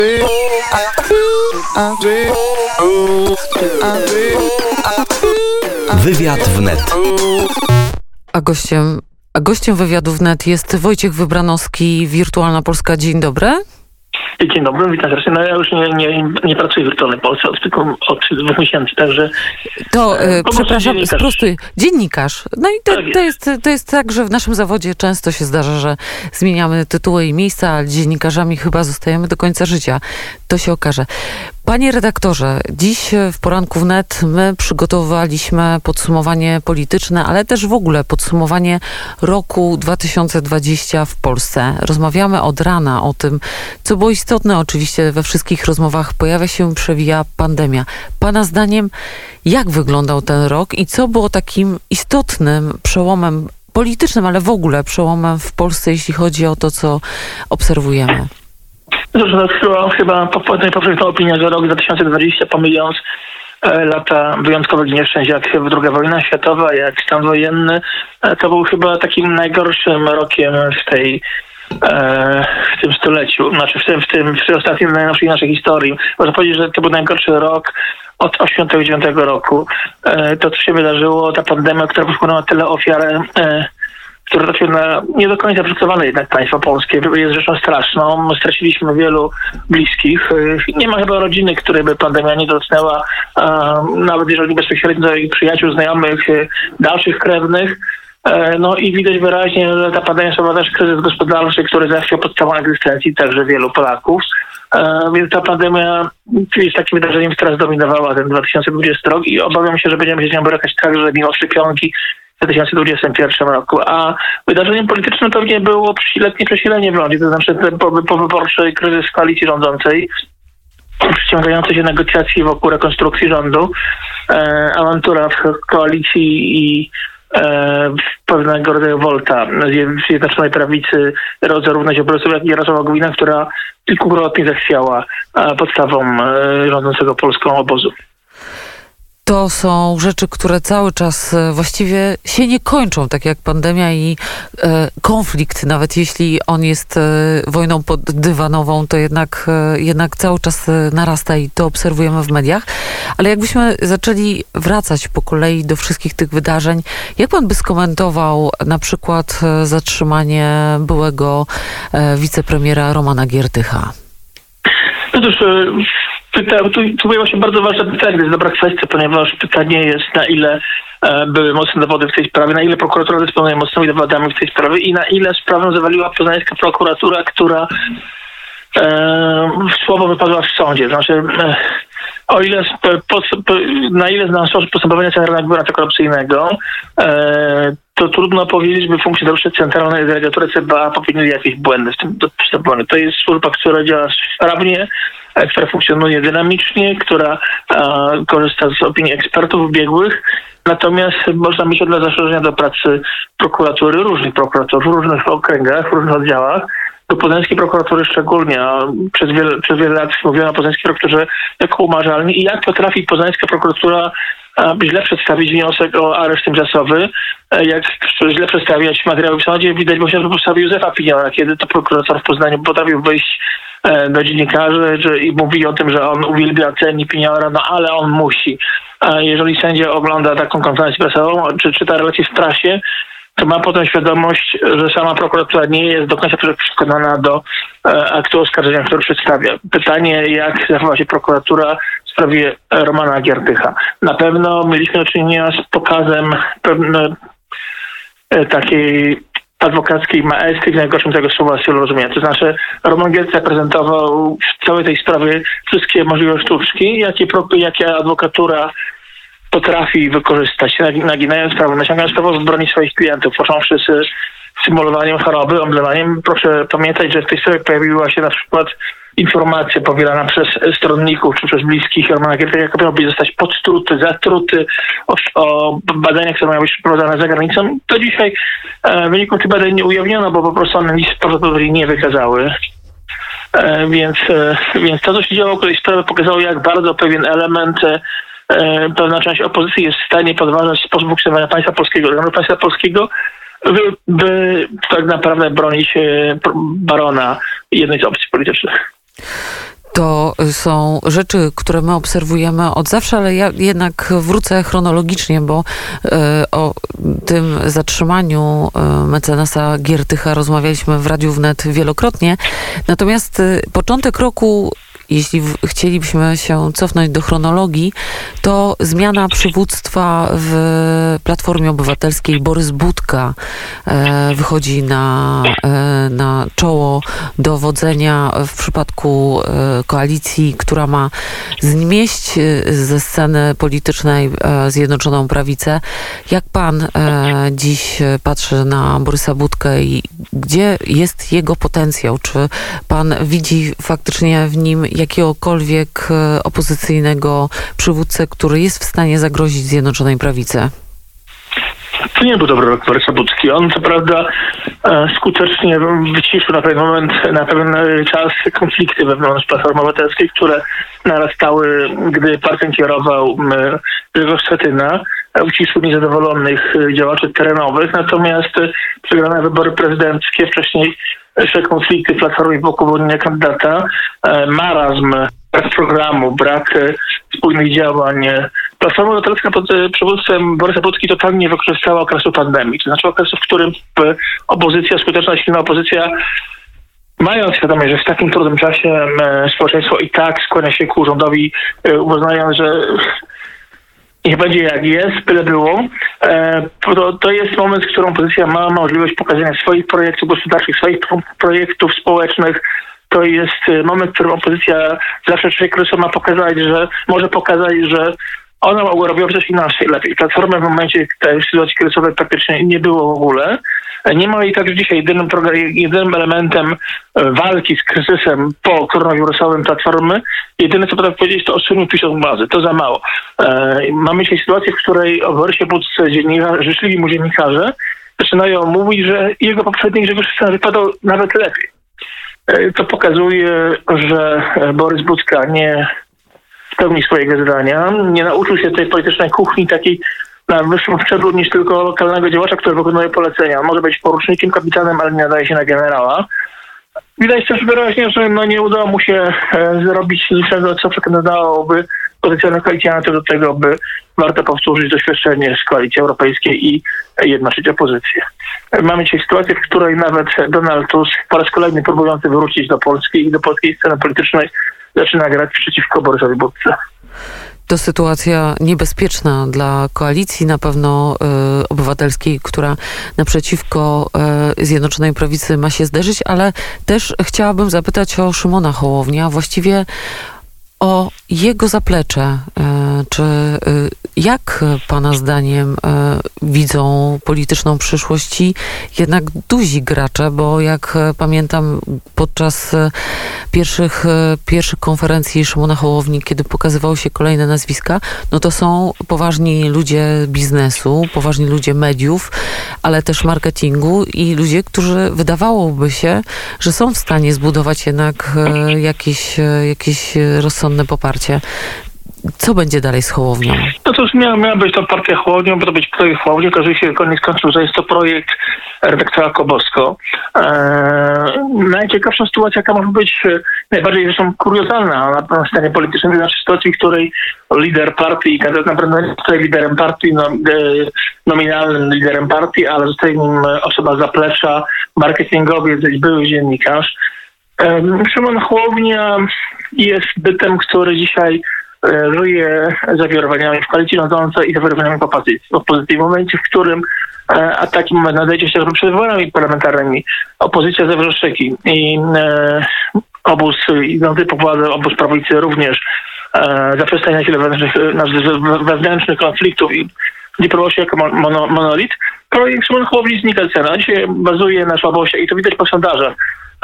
Wywiad wnet. A gościem wywiadu wnet jest Wojciech Wybranowski, Wirtualna Polska. Dzień dobry. Dzień dobry, witam serdecznie. No ja już nie pracuję w Wirtualnej Polsce od 2 miesięcy, także... To, przepraszam, sprostuj. Dziennikarz. No i to jest tak, że w naszym zawodzie często się zdarza, że zmieniamy tytuły i miejsca, ale dziennikarzami chyba zostajemy do końca życia. To się okaże. Panie redaktorze, dziś w Poranku Wnet my przygotowaliśmy podsumowanie polityczne, ale też w ogóle podsumowanie roku 2020 w Polsce. Rozmawiamy od rana o tym, co było istotne oczywiście we wszystkich rozmowach. Pojawia się, przewija pandemia. Pana zdaniem, jak wyglądał ten rok i co było takim istotnym przełomem politycznym, ale w ogóle przełomem w Polsce, jeśli chodzi o to, co obserwujemy? Chyba najpowszechniejsza opinia, że rok 2020, pomijając lata wyjątkowych nieszczęść, jak II wojna światowa, jak stan wojenny, to był chyba takim najgorszym rokiem w tym stuleciu, znaczy w tej ostatniej, najnowszej naszej historii. Można powiedzieć, że to był najgorszy rok od 1989 roku. To, co się wydarzyło, ta pandemia, która pochłonęła tyle ofiar, które trafiły na nie do końca przygotowane jednak państwo polskie, jest rzeczą straszną. Straciliśmy wielu bliskich. Nie ma chyba rodziny, której by pandemia nie dotknęła, nawet jeżeli bezpośrednio ich przyjaciół, znajomych, dalszych krewnych. No i widać wyraźnie, że ta pandemia spowodowana też kryzys gospodarczy, który zachwiał podstawą egzystencji także wielu Polaków. Więc ta pandemia jest takim wydarzeniem, która zdominowała ten 2020 rok i obawiam się, że będziemy się z nią borykać także mimo szczepionki w 2021 roku. A wydarzeniem politycznym pewnie było letnie przesilenie w rządzie, to znaczy ten powyborczy kryzys koalicji rządzącej, przyciągające się negocjacje wokół rekonstrukcji rządu, awantura w koalicji i pewnego rodzaju wolta z Zjednoczonej Prawicy, zarówno Ziobrowców, jak i Jarosława Gowina, która kilkukrotnie zachwiała podstawą rządzącego Polską obozu. To są rzeczy, które cały czas właściwie się nie kończą, tak jak pandemia i konflikt, nawet jeśli on jest wojną poddywanową, to jednak cały czas narasta i to obserwujemy w mediach. Ale jakbyśmy zaczęli wracać po kolei do wszystkich tych wydarzeń, jak pan by skomentował na przykład zatrzymanie byłego wicepremiera Romana Giertycha? Otóż tu pojawia się bardzo ważne pytanie, to jest dobra kwestia, ponieważ pytanie jest, na ile były mocne dowody w tej sprawie, na ile prokuratura dysponuje mocnymi dowodami w tej sprawie i na ile sprawę zawaliła poznańska prokuratura, która słabo wypadła w sądzie. Znaczy, na ile znam postępowania Centralnego Biura Antykorupcyjnego, to trudno powiedzieć, by funkcjonariusze Centralnej Delegatury CBA popełnili jakieś błędy w tym postępowaniu. To jest służba, która działa sprawnie, która funkcjonuje dynamicznie, która korzysta z opinii ekspertów biegłych. Natomiast można mieć odle zastrzeżenia do pracy prokuratury, różnych prokuratorów w różnych okręgach, w różnych oddziałach. Do poznańskiej prokuratury szczególnie. Przez wiele lat mówiono o poznańskiej prokuraturze jako umarzalni i jak potrafi poznańska prokuratura źle przedstawić wniosek o areszt tymczasowy, jak źle przedstawiać materiały w sądzie, widać właśnie na podstawie Józefa Piniora, kiedy to prokurator w Poznaniu potrafił wyjść do dziennikarzy i mówi o tym, że on uwielbia, ceni Piniora, no ale on musi. A jeżeli sędzia ogląda taką konferencję prasową, czy czyta relacje w prasie, to ma potem świadomość, że sama prokuratura nie jest do końca przekonana do aktu oskarżenia, który przedstawia. Pytanie, jak zachowała się prokuratura w sprawie Romana Giertycha. Na pewno mieliśmy do czynienia z pokazem takiej adwokackiej maestrii w najgorszym tego słowa stylu rozumienia. To znaczy Roman Giertych prezentował w całej tej sprawie wszystkie możliwe sztuczki, jakie adwokatura potrafi wykorzystać, naginając prawo, naciągając prawo w broni swoich klientów, począwszy z symulowaniem choroby, omdlewaniem. Proszę pamiętać, że w tej sprawie pojawiła się na przykład informacja powielana przez stronników czy przez bliskich Romana Giertycha, jak miał być zostać podstruty, zatruty, o badania, które mają być przeprowadzane za granicą. To dzisiaj wyników tych badań nie ujawniono, bo po prostu one nic prawdopodobnie nie wykazały. Więc to, co się działo w tej sprawie, pokazało, jak bardzo pewien element, pewna część opozycji jest w stanie podważać sposób funkcjonowania państwa polskiego, by tak naprawdę bronić barona jednej z opcji politycznych. To są rzeczy, które my obserwujemy od zawsze, ale ja jednak wrócę chronologicznie, bo o tym zatrzymaniu mecenasa Giertycha rozmawialiśmy w Radiu Wnet wielokrotnie. Natomiast początek roku, jeśli chcielibyśmy się cofnąć do chronologii, to zmiana przywództwa w Platformie Obywatelskiej. Borys Budka wychodzi na czoło dowodzenia w przypadku koalicji, która ma zmieść ze sceny politycznej Zjednoczoną Prawicę. Jak pan dziś patrzy na Borysa Budkę i gdzie jest jego potencjał? Czy pan widzi faktycznie w nim jakiegokolwiek opozycyjnego przywódcę, który jest w stanie zagrozić Zjednoczonej Prawicy? To nie był dobry rok Borysa Budki. On co prawda skutecznie wyciszył na pewien moment, na pewien czas konflikty wewnątrz Platformy Obywatelskiej, które narastały, gdy partią kierował Grzegorz Schetyna. Uciszył niezadowolonych działaczy terenowych, natomiast przegrane wybory prezydenckie, wcześniej konflikty w Platformie wokół wyłonienia kandydata, marazm, brak programu, brak spójnych działań. Platforma Obywatelska pod przywództwem Borysa Budki totalnie nie wykorzystała okresu pandemii, to znaczy okresu, w którym opozycja, skuteczna, silna opozycja, mając świadomość, że w takim trudnym czasie społeczeństwo i tak skłania się ku rządowi, uznając, że niech będzie jak jest, byle było. To jest moment, w którym opozycja ma możliwość pokazania swoich projektów gospodarczych, swoich projektów społecznych. To jest moment, w którym opozycja zawsze w kryzysu może pokazać, że ona robiła coś inaczej, lepiej. Platformy w momencie tej sytuacji kryzysowej praktycznie nie było w ogóle. Nie ma jej także dzisiaj jedynym elementem walki z kryzysem po koronawirusowym Platformy. Jedyne, co potrafię powiedzieć, to odsunięcie PiS od władzy. To za mało. Mamy dzisiaj sytuację, w której o Borysie Budce życzliwi mu dziennikarze zaczynają mówić, że jego poprzednik Grzegorz Schetyna wypadał nawet lepiej. To pokazuje, że Borys Budka nie spełni swojego zadania, nie nauczył się tej politycznej kuchni takiej na wyższym szczeblu niż tylko lokalnego działacza, który wykonuje polecenia. Może być porucznikiem, kapitanem, ale nie nadaje się na generała. Widać też wyraźnie, że nie udało mu się zrobić niczego, co przekonałoby potencjalnych koalicjantów do tego, by warto powtórzyć doświadczenie z Koalicji Europejskiej i jednoczyć opozycję. Mamy dzisiaj sytuację, w której nawet Donald Tusk, po raz kolejny próbujący wrócić do Polski i do polskiej sceny politycznej, zaczyna grać przeciwko Borysowi Budce. To sytuacja niebezpieczna dla koalicji, na pewno obywatelskiej, która naprzeciwko Zjednoczonej Prawicy ma się zderzyć, ale też chciałabym zapytać o Szymona Hołownię, właściwie o jego zaplecze. Czy jak pana zdaniem widzą polityczną przyszłość i jednak duzi gracze, bo jak pamiętam podczas pierwszych konferencji Szymona Hołowni, kiedy pokazywały się kolejne nazwiska, no to są poważni ludzie biznesu, poważni ludzie mediów, ale też marketingu i ludzie, którzy wydawałoby się, że są w stanie zbudować jednak jakieś rozsądne poparcie. Co będzie dalej z Hołownią? No to już miała być to partia Hołownią, bo to być projekt Hołowni. Okazuje się koniec końców, że jest to projekt redaktora Kobosko. Najciekawsza sytuacja, jaka może być najbardziej zresztą kuriozalna na scenie politycznej, to znaczy sytuacji, w której lider partii, kandydat na prezydenta zostaje liderem partii, nominalnym liderem partii, ale zostaje nim osoba zaplecza, marketingowiec, były dziennikarz. Szymon Hołownia jest bytem, który dzisiaj żyje zawirowaniami w koalicji rządzącej i zawirowaniami w opozycji. W momencie, w którym, a taki moment nadejdzie się przed wyborami parlamentarnymi, opozycja zawrzeszczyki i obóz idący po władzę, obóz prawicy również zaprzestaje na chwilę wewnętrznych konfliktów i nie próbował się jako monolit, projekt Szymon Hołowni znika z sceny. Dzisiaj bazuje na słabości i to widać po sondażach.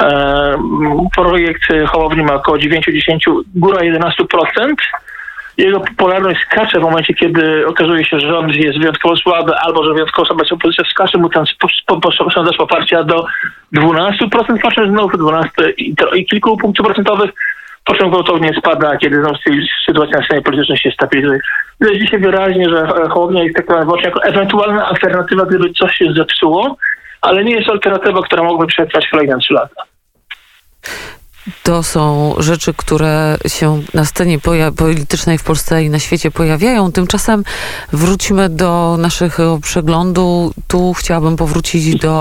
Projekt Hołowni ma około 9-10, góra 11%. Jego popularność skacze w momencie, kiedy okazuje się, że rząd jest wyjątkowo słaby albo że wyjątkowo słaba jest opozycja, skacze mu ten sondaż poparcia do 12%, patrzę znowu 12 i kilku punktów procentowych, po czym gwałtownie spada, kiedy znowu sytuacja na scenie politycznej się stabilizuje. Widać dzisiaj wyraźnie, że Hołownia jest tak właśnie jako ewentualna alternatywa, gdyby coś się zepsuło, ale nie jest alternatywa, która mogłaby przetrwać kolejne 3 lata. To są rzeczy, które się na scenie politycznej w Polsce i na świecie pojawiają. Tymczasem wróćmy do naszego przeglądu. Tu chciałabym powrócić do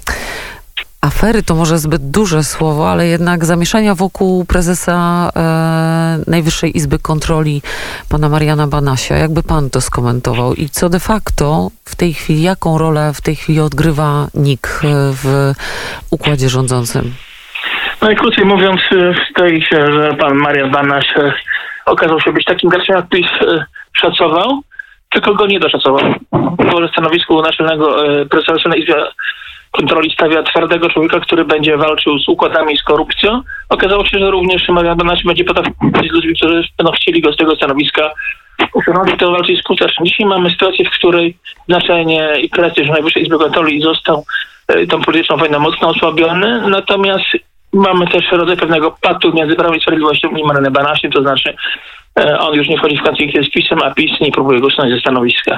afery, to może zbyt duże słowo, ale jednak zamieszania wokół prezesa Najwyższej Izby Kontroli, pana Mariana Banasia. Jakby pan to skomentował? I co de facto w tej chwili, jaką rolę w tej chwili odgrywa NIK w układzie rządzącym? Najkrócej mówiąc, zdaje się, że pan Marian Banaś okazał się być takim graczem, jak PiS szacował, tylko go nie doszacował. Bo stanowisku naczelnego prezesa Naczelnej Izby Kontroli stawia twardego człowieka, który będzie walczył z układami i z korupcją. Okazało się, że również Marian Banaś będzie potrafił z ludźmi, którzy będą chcieli go z tego stanowiska usunąć, to walczyć skutecznie. Dzisiaj mamy sytuację, w której znaczenie i prestiż Najwyższej Izby Kontroli został tą polityczną wojną mocno osłabiony, natomiast mamy też rodzaj pewnego patu między Prawem i Sprawiedliwością i Marianem Banasiem, to znaczy on już nie wchodzi w konflikt z PiS-em, a PiS nie próbuje go usunąć ze stanowiska.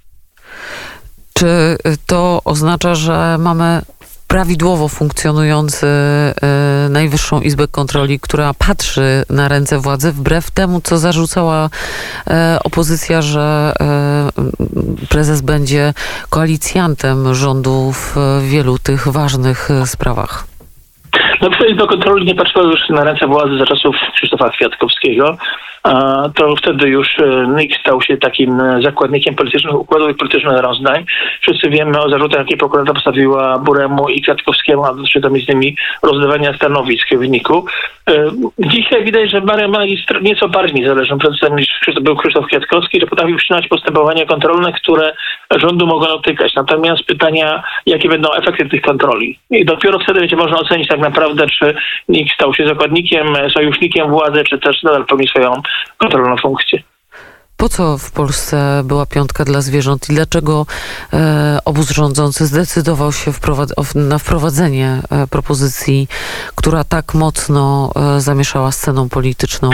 Czy to oznacza, że mamy prawidłowo funkcjonujący Najwyższą Izbę Kontroli, która patrzy na ręce władzy, wbrew temu, co zarzucała opozycja, że prezes będzie koalicjantem rządu w wielu tych ważnych sprawach? Najwyższa Izba Kontroli nie patrzyła już na ręce władzy za czasów Krzysztofa Kwiatkowskiego. To wtedy już NIK stał się takim zakładnikiem politycznych układów i politycznych rozdań. Wszyscy wiemy o zarzutach, jakie prokuratura postawiła Buremu i Kwiatkowskiemu, a dotyczy to m.in. rozdawania stanowisk w NIK-u. Dzisiaj widać, że Marian jest nieco bardziej niezależnym prezesem niż był Krzysztof Kwiatkowski, że potrafił wszczynać postępowania kontrolne, które rządu mogą dotykać. Natomiast pytania, jakie będą efekty tych kontroli. I dopiero wtedy będzie można ocenić tak naprawdę, czy NIK stał się zakładnikiem, sojusznikiem władzy, czy też nadal pełni swoją kontrolną funkcję. Po co w Polsce była piątka dla zwierząt i dlaczego obóz rządzący zdecydował się na wprowadzenie propozycji, która tak mocno zamieszała sceną polityczną?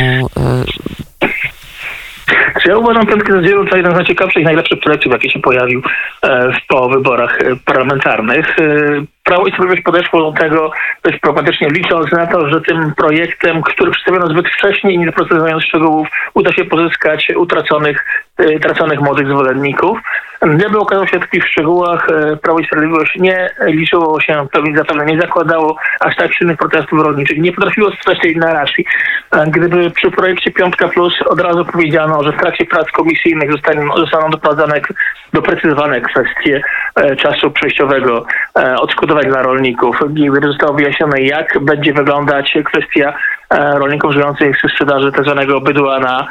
Ja uważam piątkę dla zwierząt za jeden z najciekawszych i najlepszych projektów, jaki się pojawił po wyborach parlamentarnych. Prawo i Sprawiedliwość podeszło do tego dość pragmatycznie, licząc na to, że tym projektem, który przedstawiono zbyt wcześnie i nie doprecyzowując szczegółów, uda się pozyskać traconych młodych zwolenników. Gdyby okazało się takich szczegółach, Prawo i Sprawiedliwość nie liczyło się, zapewne nie zakładało aż tak silnych protestów rolniczych, nie potrafiło stworzyć tej narracji. Gdyby przy projekcie Piątka Plus od razu powiedziano, że w trakcie prac komisyjnych zostaną doprecyzowane kwestie czasu przejściowego, odszkodowań dla rolników, gdyby zostało wyjaśnione, jak będzie wyglądać kwestia rolników żyjących ze sprzedaży tzw. bydła na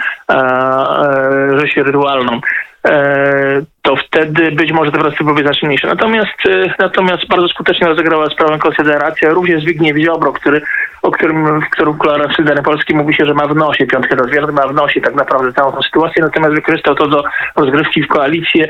rzeź rytualną, to wtedy być może te protesty były znacznie mniejsze. Natomiast bardzo skutecznie rozegrała sprawę Konfederacja, również Zbigniew Ziobro, w którym kularach Solidarnej Polski mówi się, że ma w nosie piątkę dla zwierząt, ma w nosie tak naprawdę całą tę sytuację, natomiast wykorzystał to do rozgrywki w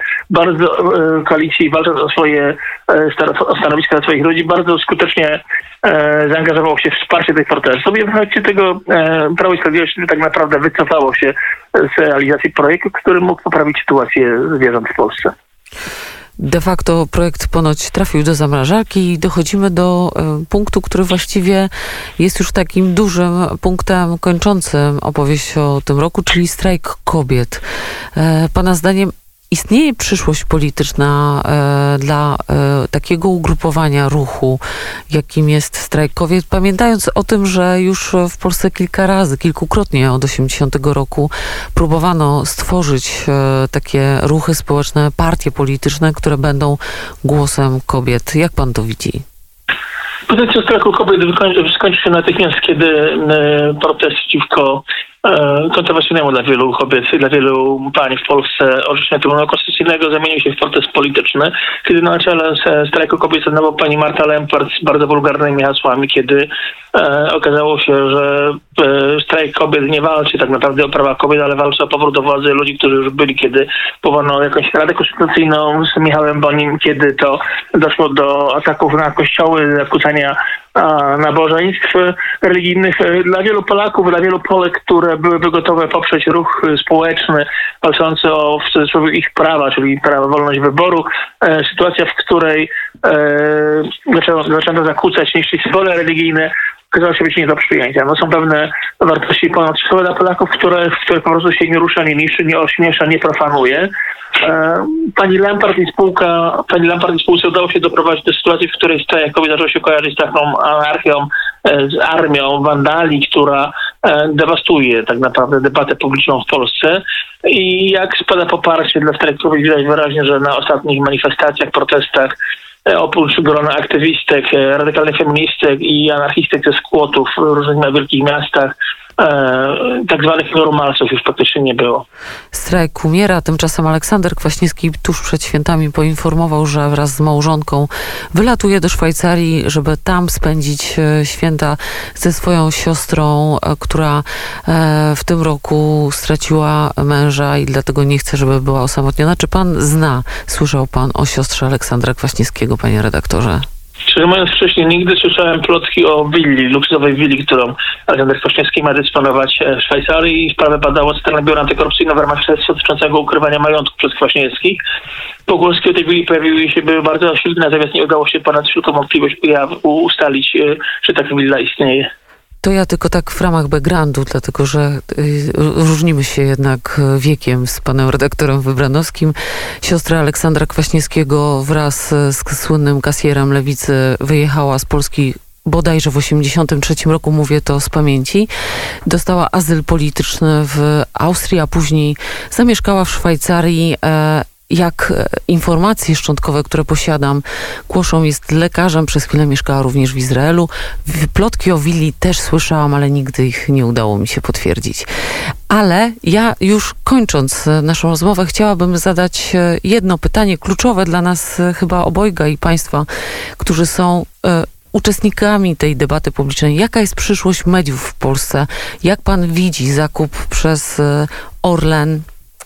koalicji, walcząc o swoje stanowiska dla swoich ludzi, bardzo skutecznie zaangażował się w wsparcie tych protestów i w efekcie tego Prawo i Sprawiedliwość tak naprawdę wycofało się z realizacji projektu, który mógł poprawić sytuację zwierząt w Polsce. De facto projekt ponoć trafił do zamrażarki i dochodzimy do punktu, który właściwie jest już takim dużym punktem kończącym opowieść o tym roku, czyli strajk kobiet. Pana zdaniem istnieje przyszłość polityczna dla takiego ugrupowania ruchu, jakim jest strajk kobiet, pamiętając o tym, że już w Polsce kilkukrotnie od 80 roku próbowano stworzyć takie ruchy społeczne, partie polityczne, które będą głosem kobiet. Jak pan to widzi? Pozycja strajku kobiet skończy się natychmiast, kiedy protest przeciwko kontrowersyjnemu dla wielu kobiet, dla wielu pań w Polsce orzeczenie Trybunału Konstytucyjnego zamienił się w protest polityczny, kiedy na czele strajku kobiet stanęła pani Marta Lempart z bardzo wulgarnymi hasłami, kiedy okazało się, że strajk kobiet nie walczy tak naprawdę o prawa kobiet, ale walczy o powrót do władzy ludzi, którzy już byli, kiedy powołano jakąś Radę Konstytucyjną z Michałem Bonim, kiedy to doszło do ataków na kościoły, zakłócania nabożeństw religijnych. Dla wielu Polaków, dla wielu Polek, które byłyby gotowe poprzeć ruch społeczny walczący o w cudzysłowie ich prawa, czyli wolność wyboru, sytuacja, w której zaczęto zakłócać, niszczyć symbole religijne, okazało się być nie do przyjęcia. No są pewne wartości ponadczasowe dla Polaków, w których po prostu się nie rusza, nie niszczy, nie ośmiesza, nie profanuje. Pani Lempart i spółce udało się doprowadzić do sytuacji, w której Stajakowi zaczął się kojarzyć z taką anarchią, z armią wandali, która dewastuje tak naprawdę debatę publiczną w Polsce. I jak spada poparcie dla Stajakowi, widać wyraźnie, że na ostatnich manifestacjach, protestach oprócz grona aktywistek, radykalnych feministek i anarchistek ze skłotów w różnych wielkich miastach, tak zwanych normalsów już praktycznie nie było. Strajk umiera. Tymczasem Aleksander Kwaśniewski tuż przed świętami poinformował, że wraz z małżonką wylatuje do Szwajcarii, żeby tam spędzić święta ze swoją siostrą, która w tym roku straciła męża i dlatego nie chce, żeby była osamotniona. Czy pan słyszał pan o siostrze Aleksandra Kwaśniewskiego, panie redaktorze? Szczerze mówiąc, wcześniej nigdy słyszałem plotki o willi, luksusowej willi, którą Aleksander Kwaśniewski ma dysponować w Szwajcarii i sprawę badało Centralne Biuro Antykorupcyjne w ramach śledztwa dotyczącego ukrywania majątku przez Kwaśniewskich. Pogłoski o tej willi pojawiły się, były bardzo silne, natomiast nie udało się ponad wszelką wątpliwość ustalić, czy taka willa istnieje. To ja tylko tak w ramach backgroundu, dlatego że różnimy się jednak wiekiem z panem redaktorem Wybranowskim. Siostra Aleksandra Kwaśniewskiego wraz z słynnym kasjerem Lewicy wyjechała z Polski bodajże w 1983 roku, mówię to z pamięci. Dostała azyl polityczny w Austrii, a później zamieszkała w Szwajcarii. Jak informacje szczątkowe, które posiadam, głoszą, jest lekarzem, przez chwilę mieszkała również w Izraelu. Plotki o willi też słyszałam, ale nigdy ich nie udało mi się potwierdzić. Ale ja już kończąc naszą rozmowę chciałabym zadać jedno pytanie kluczowe dla nas chyba obojga i państwa, którzy są uczestnikami tej debaty publicznej. Jaka jest przyszłość mediów w Polsce? Jak pan widzi zakup przez Orlen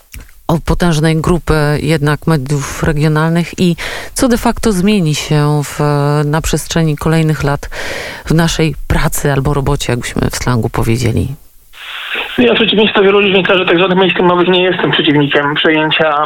potężnej grupy jednak mediów regionalnych i co de facto zmieni się na przestrzeni kolejnych lat w naszej pracy albo robocie, jakbyśmy w slangu powiedzieli? Ja w przeciwieństwie wielu dziennikarzy tak zwanych mainstreamowych nie jestem przeciwnikiem przejęcia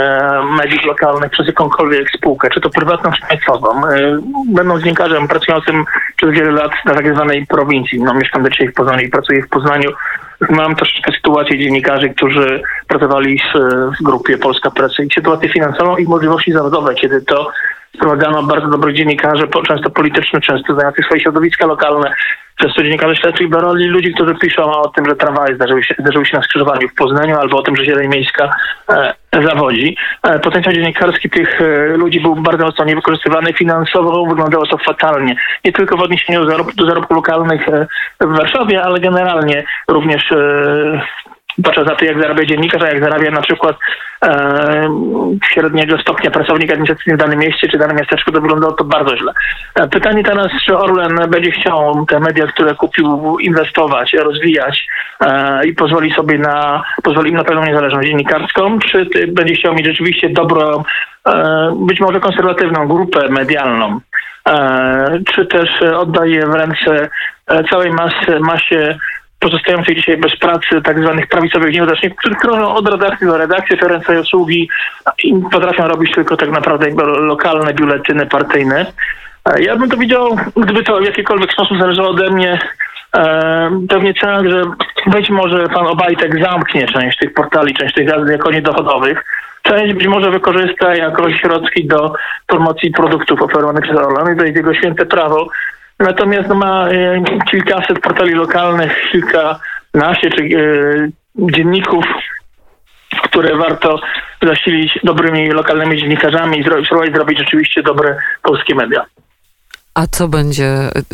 mediów lokalnych przez jakąkolwiek spółkę, czy to prywatną, czy państwową. Będąc dziennikarzem pracującym przez wiele lat na tak zwanej prowincji, mieszkam dzisiaj w Poznaniu i pracuję w Poznaniu, mam troszeczkę sytuację dziennikarzy, którzy pracowali w grupie Polska Press i sytuację finansową i możliwości zawodowe, kiedy to sprowadzano bardzo dobrych dziennikarzy, często politycznych, często zajmujących swoje środowiska lokalne, często dziennikarzy śledczych do roli ludzi, którzy piszą o tym, że tramwaje zdarzyły się na skrzyżowaniu w Poznaniu, albo o tym, że zieleń miejska zawodzi. Potencjał dziennikarski tych ludzi był bardzo mocno niewykorzystywany. Finansowo wyglądało to fatalnie. Nie tylko w odniesieniu do zarobków lokalnych w Warszawie, ale generalnie również patrzę za to, jak zarabia dziennikarz, a jak zarabia na przykład średniego stopnia pracownik administracyjny w danym mieście czy danym miasteczku, to wyglądało to bardzo źle. Pytanie teraz, czy Orlen będzie chciał te media, które kupił, inwestować, rozwijać i pozwoli im na pewną niezależność dziennikarską, czy będzie chciał mieć rzeczywiście dobrą, być może konserwatywną grupę medialną, czy też oddaje w ręce całej masie pozostających dzisiaj bez pracy tak zwanych prawicowych nieudaczników, którzy krążą od redakcji do redakcji, oferując usługi i potrafią robić tylko tak naprawdę lokalne biuletyny partyjne. Ja bym to widział, gdyby to w jakikolwiek sposób zależało ode mnie, pewnie tak, że być może pan Obajtek zamknie część tych portali, część tych gazet jako niedochodowych. Część być może wykorzysta jako środki do promocji produktów oferowanych przez Orlen i to jest jego święte prawo. Natomiast ma kilkaset portali lokalnych, kilkanaście dzienników, które warto zasilić dobrymi lokalnymi dziennikarzami i spróbować zrobić rzeczywiście dobre polskie media. A co będzie,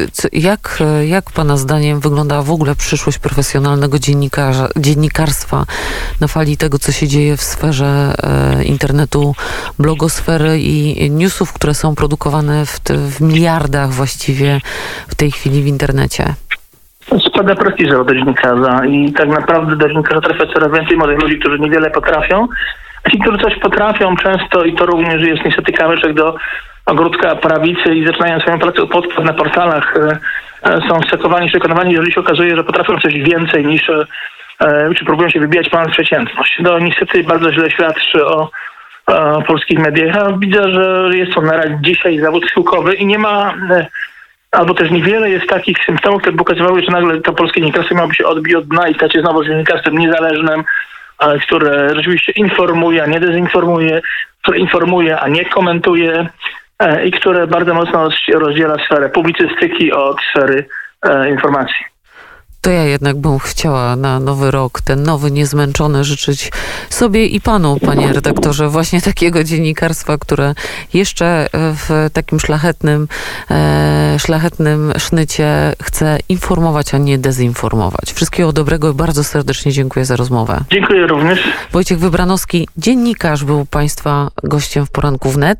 jak pana zdaniem wygląda w ogóle przyszłość profesjonalnego dziennikarstwa na fali tego, co się dzieje w sferze internetu, blogosfery i newsów, które są produkowane w miliardach właściwie w tej chwili w internecie? Spada prestiż do dziennikarza i tak naprawdę do dziennikarza trafia coraz więcej młodych ludzi, którzy niewiele potrafią. A ci, którzy coś potrafią często, i to również jest niestety kamyczek do ogródka prawicy i zaczynają swoją pracę od podstaw na portalach, są zszokowani, przekonani, jeżeli się okazuje, że potrafią coś więcej niż, czy próbują się wybijać ponad przeciętność. To niestety bardzo źle świadczy o polskich mediach. Ja widzę, że jest to na razie dzisiaj zawód schyłkowy i nie ma albo też niewiele jest takich symptomów, które pokazywały, że nagle to polskie dziennikarstwo miałoby się odbić od dna i stać się znowu dziennikarstwem niezależnym, które rzeczywiście informuje, a nie dezinformuje, które informuje, a nie komentuje i które bardzo mocno rozdziela sferę publicystyki od sfery informacji. To ja jednak bym chciała na nowy rok, ten nowy, niezmęczony, życzyć sobie i panu, panie redaktorze, właśnie takiego dziennikarstwa, które jeszcze w takim szlachetnym sznycie chce informować, a nie dezinformować. Wszystkiego dobrego i bardzo serdecznie dziękuję za rozmowę. Dziękuję również. Wojciech Wybranowski, dziennikarz, był państwa gościem w Poranku Wnet.